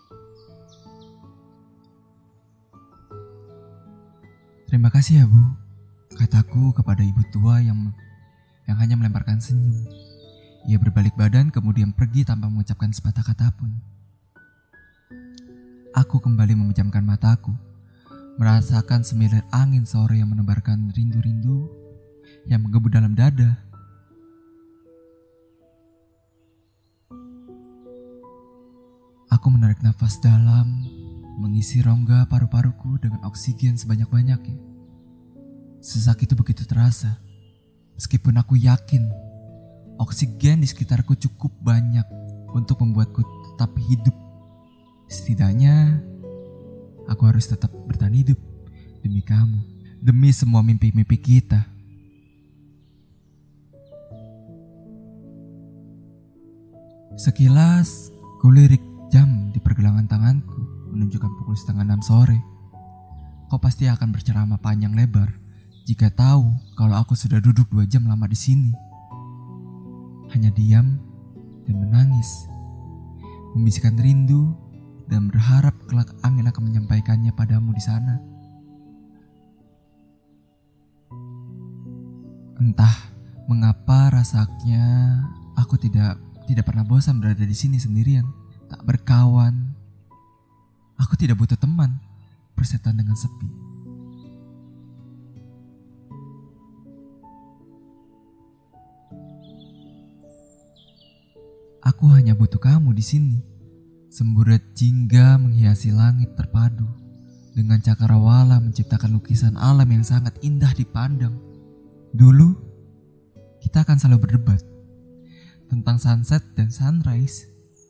Terima kasih ya Bu, kataku kepada ibu tua yang hanya melemparkan senyum. Ia berbalik badan kemudian pergi tanpa mengucapkan sepatah kata pun. Aku kembali memejamkan mataku, merasakan semilir angin sore yang menebarkan rindu-rindu yang menggebu dalam dada. Aku menarik nafas dalam, mengisi rongga paru-paruku dengan oksigen sebanyak-banyaknya. Sesak itu begitu terasa, meskipun aku yakin oksigen di sekitarku cukup banyak untuk membuatku tetap hidup. Setidaknya, aku harus tetap bertahan hidup demi kamu, demi semua mimpi-mimpi kita. Sekilas, kulirik jam di pergelangan tanganku menunjukkan pukul 5:30 sore. Kau pasti akan berceramah panjang lebar jika tahu kalau aku sudah duduk 2 jam lama di sini. Hanya diam dan menangis, membisikkan rindu dan berharap kelak angin akan menyampaikannya padamu di sana. Entah mengapa rasanya aku tidak pernah bosan berada di sini sendirian, tak berkawan. Aku tidak butuh teman, bersetan dengan sepi. Aku hanya butuh kamu di sini. Semburat jingga menghiasi langit terpadu dengan cakrawala menciptakan lukisan alam yang sangat indah dipandang. Dulu, kita akan selalu berdebat tentang sunset dan sunrise.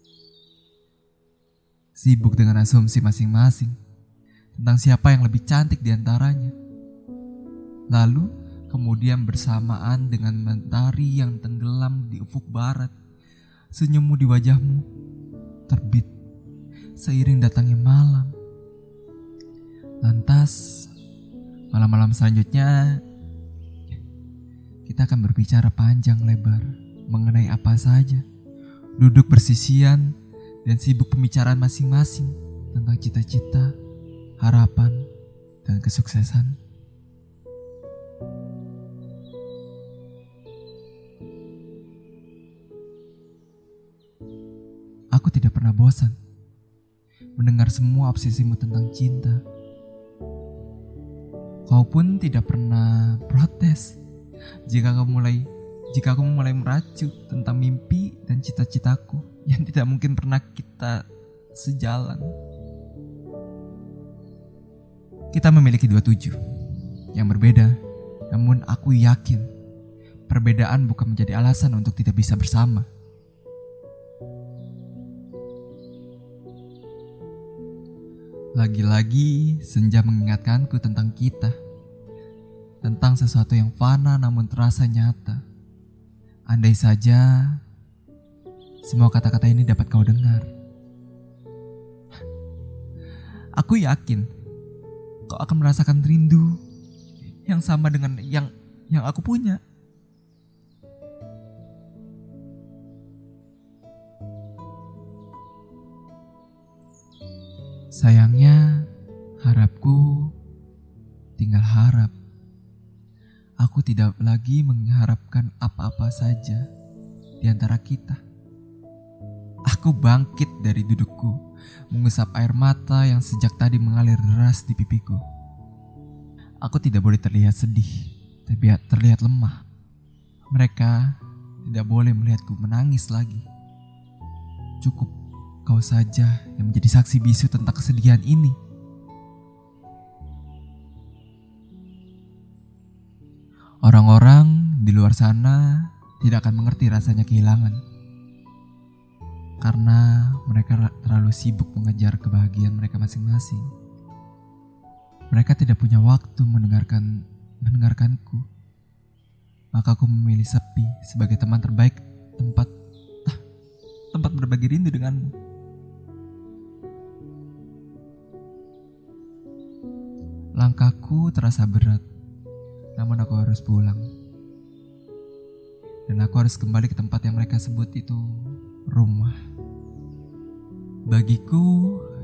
Sibuk dengan asumsi masing-masing tentang siapa yang lebih cantik di antaranya. Lalu, kemudian bersamaan dengan mentari yang tenggelam di ufuk barat, senyummu di wajahmu terbit seiring datangnya malam. Lantas, malam-malam selanjutnya kita akan berbicara panjang lebar mengenai apa saja, duduk bersisian dan sibuk pembicaraan masing-masing tentang cita-cita, harapan, dan kesuksesan. Aku tidak pernah bosan mendengar semua obsesimu tentang cinta. Kau pun tidak pernah protes jika aku mulai meracu tentang mimpi dan cita-citaku yang tidak mungkin pernah kita sejalan. Kita memiliki 2 tujuh yang berbeda, namun aku yakin perbedaan bukan menjadi alasan untuk tidak bisa bersama. Lagi-lagi senja mengingatkanku tentang kita, tentang sesuatu yang fana namun terasa nyata. Andai saja semua kata-kata ini dapat kau dengar. Aku yakin kau akan merasakan rindu yang sama dengan yang aku punya. Sayangnya, harapku tinggal harap. Aku tidak lagi mengharapkan apa-apa saja di antara kita. Aku bangkit dari dudukku, mengusap air mata yang sejak tadi mengalir deras di pipiku. Aku tidak boleh terlihat sedih, terlihat lemah. Mereka tidak boleh melihatku menangis lagi. Cukup kau saja yang menjadi saksi bisu tentang kesedihan ini. Orang-orang di luar sana tidak akan mengerti rasanya kehilangan, karena mereka terlalu sibuk mengejar kebahagiaan mereka masing-masing. Mereka tidak punya waktu mendengarkanku. Maka aku memilih sepi sebagai teman terbaik, tempat berbagi rindu denganmu. Langkahku terasa berat, namun aku harus pulang. Dan aku harus kembali ke tempat yang mereka sebut itu rumah. Bagiku,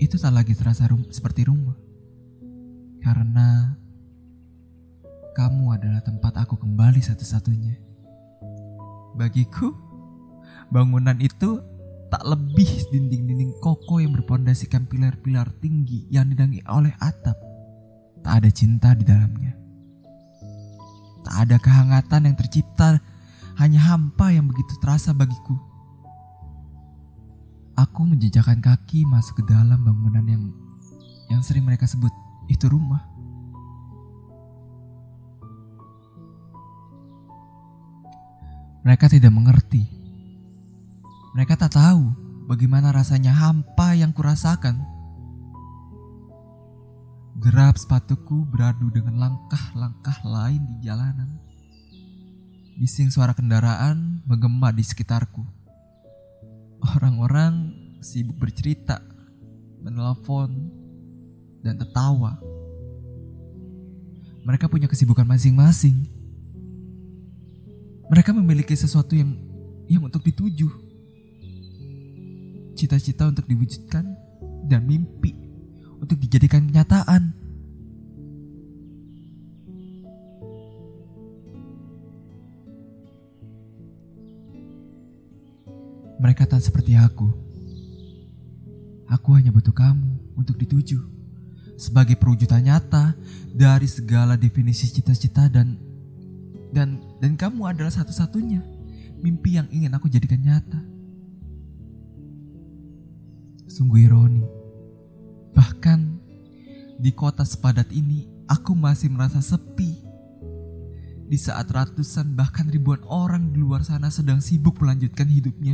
itu tak lagi terasa seperti rumah. Karena kamu adalah tempat aku kembali satu-satunya. Bagiku, bangunan itu tak lebih dinding-dinding kokoh yang berpondasikan pilar-pilar tinggi yang didangi oleh atap. Tak ada cinta di dalamnya. Tak ada kehangatan yang tercipta, hanya hampa yang begitu terasa bagiku. Aku menjejakkan kaki masuk ke dalam bangunan yang sering mereka sebut itu rumah. Mereka tidak mengerti. Mereka tak tahu bagaimana rasanya hampa yang kurasakan. Derap sepatuku beradu dengan langkah-langkah lain di jalanan. Bising suara kendaraan menggema di sekitarku. Orang-orang sibuk bercerita, menelpon, dan tertawa. Mereka punya kesibukan masing-masing. Mereka memiliki sesuatu yang untuk dituju. Cita-cita untuk diwujudkan dan mimpi untuk dijadikan kenyataan. Mereka tak seperti aku. Aku hanya butuh kamu untuk dituju sebagai perwujudan nyata dari segala definisi cita-cita dan kamu adalah satu-satunya mimpi yang ingin aku jadikan nyata. Sungguh ironi. Bahkan di kota sepadat ini aku masih merasa sepi. Di saat ratusan bahkan ribuan orang di luar sana sedang sibuk melanjutkan hidupnya.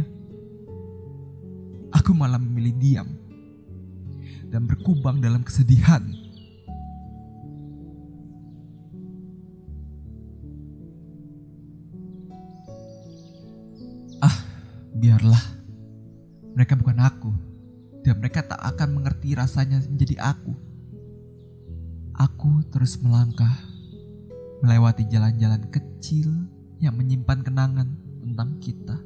Aku malah memilih diam dan berkubang dalam kesedihan. Biarlah. Mereka bukan aku, dan mereka tak akan mengerti rasanya menjadi aku. Aku terus melangkah, melewati jalan-jalan kecil yang menyimpan kenangan tentang kita.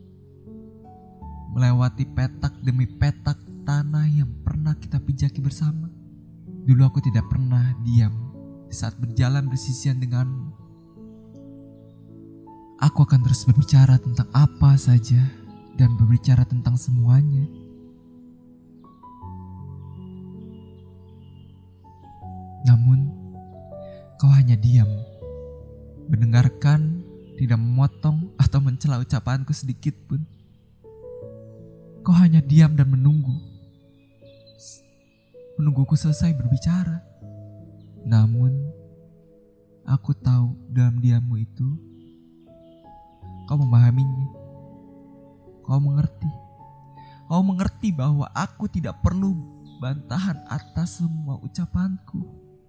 Melewati petak demi petak tanah yang pernah kita pijaki bersama. Dulu aku tidak pernah diam di saat berjalan bersisian denganmu. Aku akan terus berbicara tentang apa saja dan berbicara tentang semuanya. Namun, kau hanya diam, mendengarkan, tidak memotong atau mencela ucapanku sedikit pun. Kau hanya diam dan menungguku selesai berbicara. Namun, aku tahu dalam diammu itu, kau memahaminya. Kau mengerti bahwa aku tidak perlu bantahan atas semua ucapanku.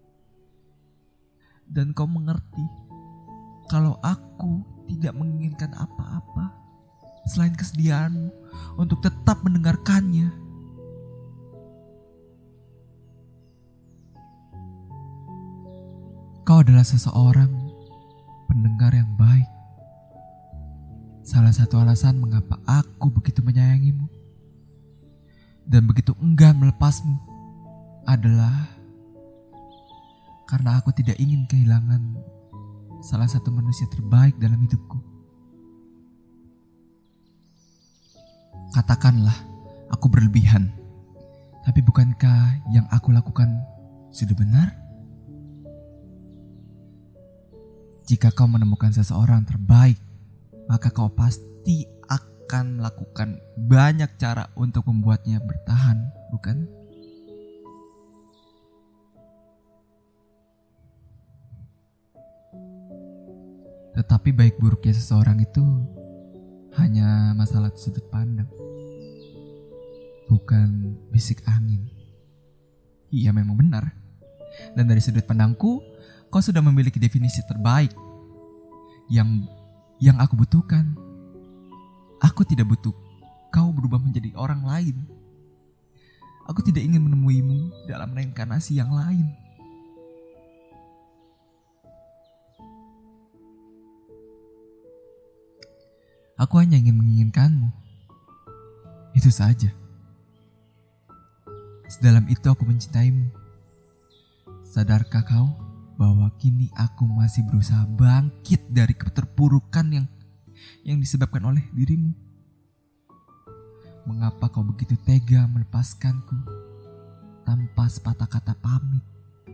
Dan kau mengerti kalau aku tidak menginginkan apa-apa selain kesediaanmu untuk tetap mendengarkannya. Kau adalah seseorang pendengar yang baik. Salah satu alasan mengapa aku begitu menyayangimu dan begitu enggan melepasmu adalah karena aku tidak ingin kehilangan salah satu manusia terbaik dalam hidupku. Katakanlah aku berlebihan, tapi bukankah yang aku lakukan sudah benar? Jika kau menemukan seseorang terbaik, maka kau pasti akan melakukan banyak cara untuk membuatnya bertahan, bukan? Tetapi baik buruknya seseorang itu hanya masalah sudut pandang, bukan bisik angin. Iya, memang benar. Dan dari sudut pandangku, kau sudah memiliki definisi terbaik yang aku butuhkan. Aku tidak butuh kau berubah menjadi orang lain. Aku tidak ingin menemuimu dalam reinkarnasi yang lain. Aku hanya ingin menginginkanmu. Itu saja. Sedalam itu aku mencintaimu. Sadarkah kau bahwa kini aku masih berusaha bangkit dari keterpurukan yang disebabkan oleh dirimu? Mengapa kau begitu tega melepaskanku tanpa sepatah kata pamit?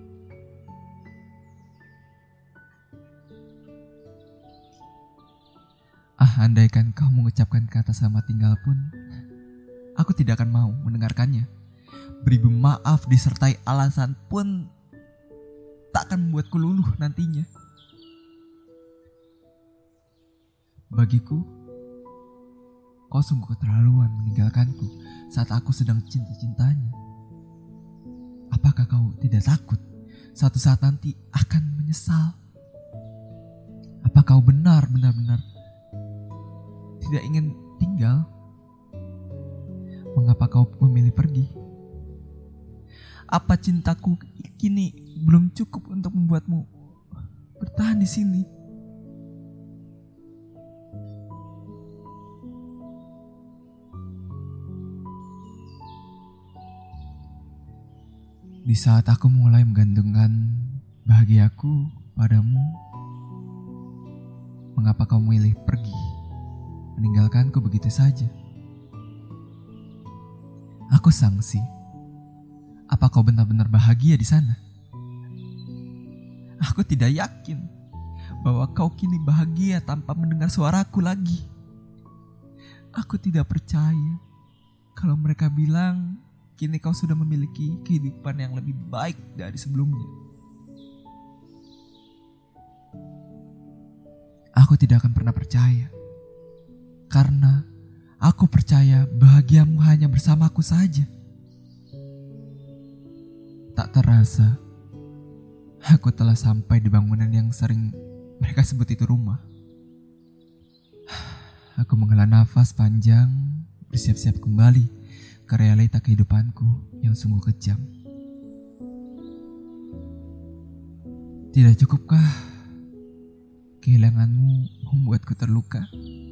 Andaikan kau mengucapkan kata selamat tinggal pun, aku tidak akan mau mendengarkannya. Beribu maaf disertai alasan pun tak akan membuatku luluh nantinya. Bagiku, kau sungguh keterlaluan meninggalkanku saat aku sedang cinta-cintanya. Apakah kau tidak takut suatu saat nanti akan menyesal? Apa kau benar-benar tidak ingin tinggal? Mengapa kau memilih pergi? Apa cintaku kini belum cukup untuk membuatmu bertahan di sini? Di saat aku mulai menggantungkan bahagiaku padamu, mengapa kau memilih pergi, meninggalkanku begitu saja? Aku sangsi. Apa kau benar-benar bahagia di sana? Aku tidak yakin bahwa kau kini bahagia tanpa mendengar suaraku lagi. Aku tidak percaya kalau mereka bilang kini kau sudah memiliki kehidupan yang lebih baik dari sebelumnya. Aku tidak akan pernah percaya, karena aku percaya bahagiamu hanya bersamaku saja. Tak terasa, aku telah sampai di bangunan yang sering mereka sebut itu rumah. Aku menghela nafas panjang, bersiap-siap kembali ke realita kehidupanku yang sungguh kejam. Tidak cukupkah kehilanganmu membuatku terluka?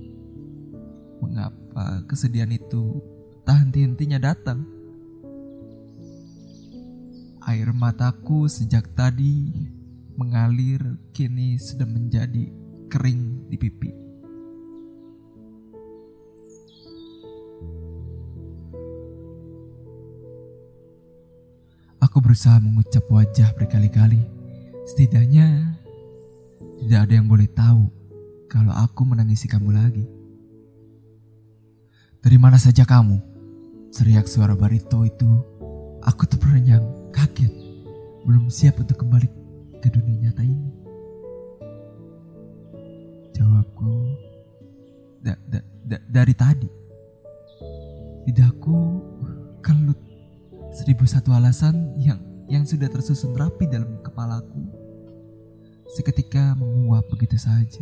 Mengapa kesedihan itu tak henti-hentinya datang? Air mataku sejak tadi mengalir kini sudah menjadi kering di pipi. Aku berusaha mengucap wajah berkali-kali. Setidaknya tidak ada yang boleh tahu kalau aku menangisi kamu lagi. Dari mana saja kamu? Teriak suara barito itu. Aku terperenyang, kaget, belum siap untuk kembali ke dunia nyata ini. Jawabku, dari tadi. Lidahku kelut. 1001 alasan yang sudah tersusun rapi dalam kepalaku seketika menguap begitu saja.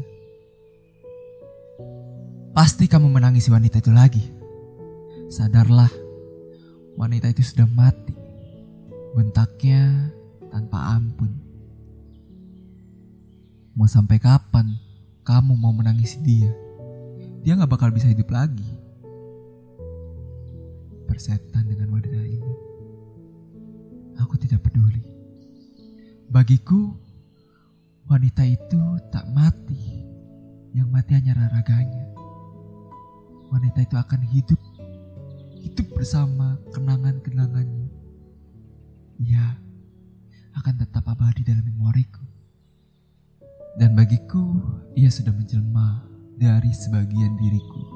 Pasti kamu menangisi wanita itu lagi. Sadarlah, wanita itu sudah mati. Bentaknya tanpa ampun. Mau sampai kapan kamu mau menangisi dia? Dia gak bakal bisa hidup lagi. Persetan dengan wanita ini. Aku tidak peduli. Bagiku, wanita itu tak mati. Yang mati hanya raganya. Wanita itu akan hidup bersama kenangan-kenangannya. Ia akan tetap abadi dalam memoriku. Dan bagiku, ia sudah menjelma dari sebagian diriku.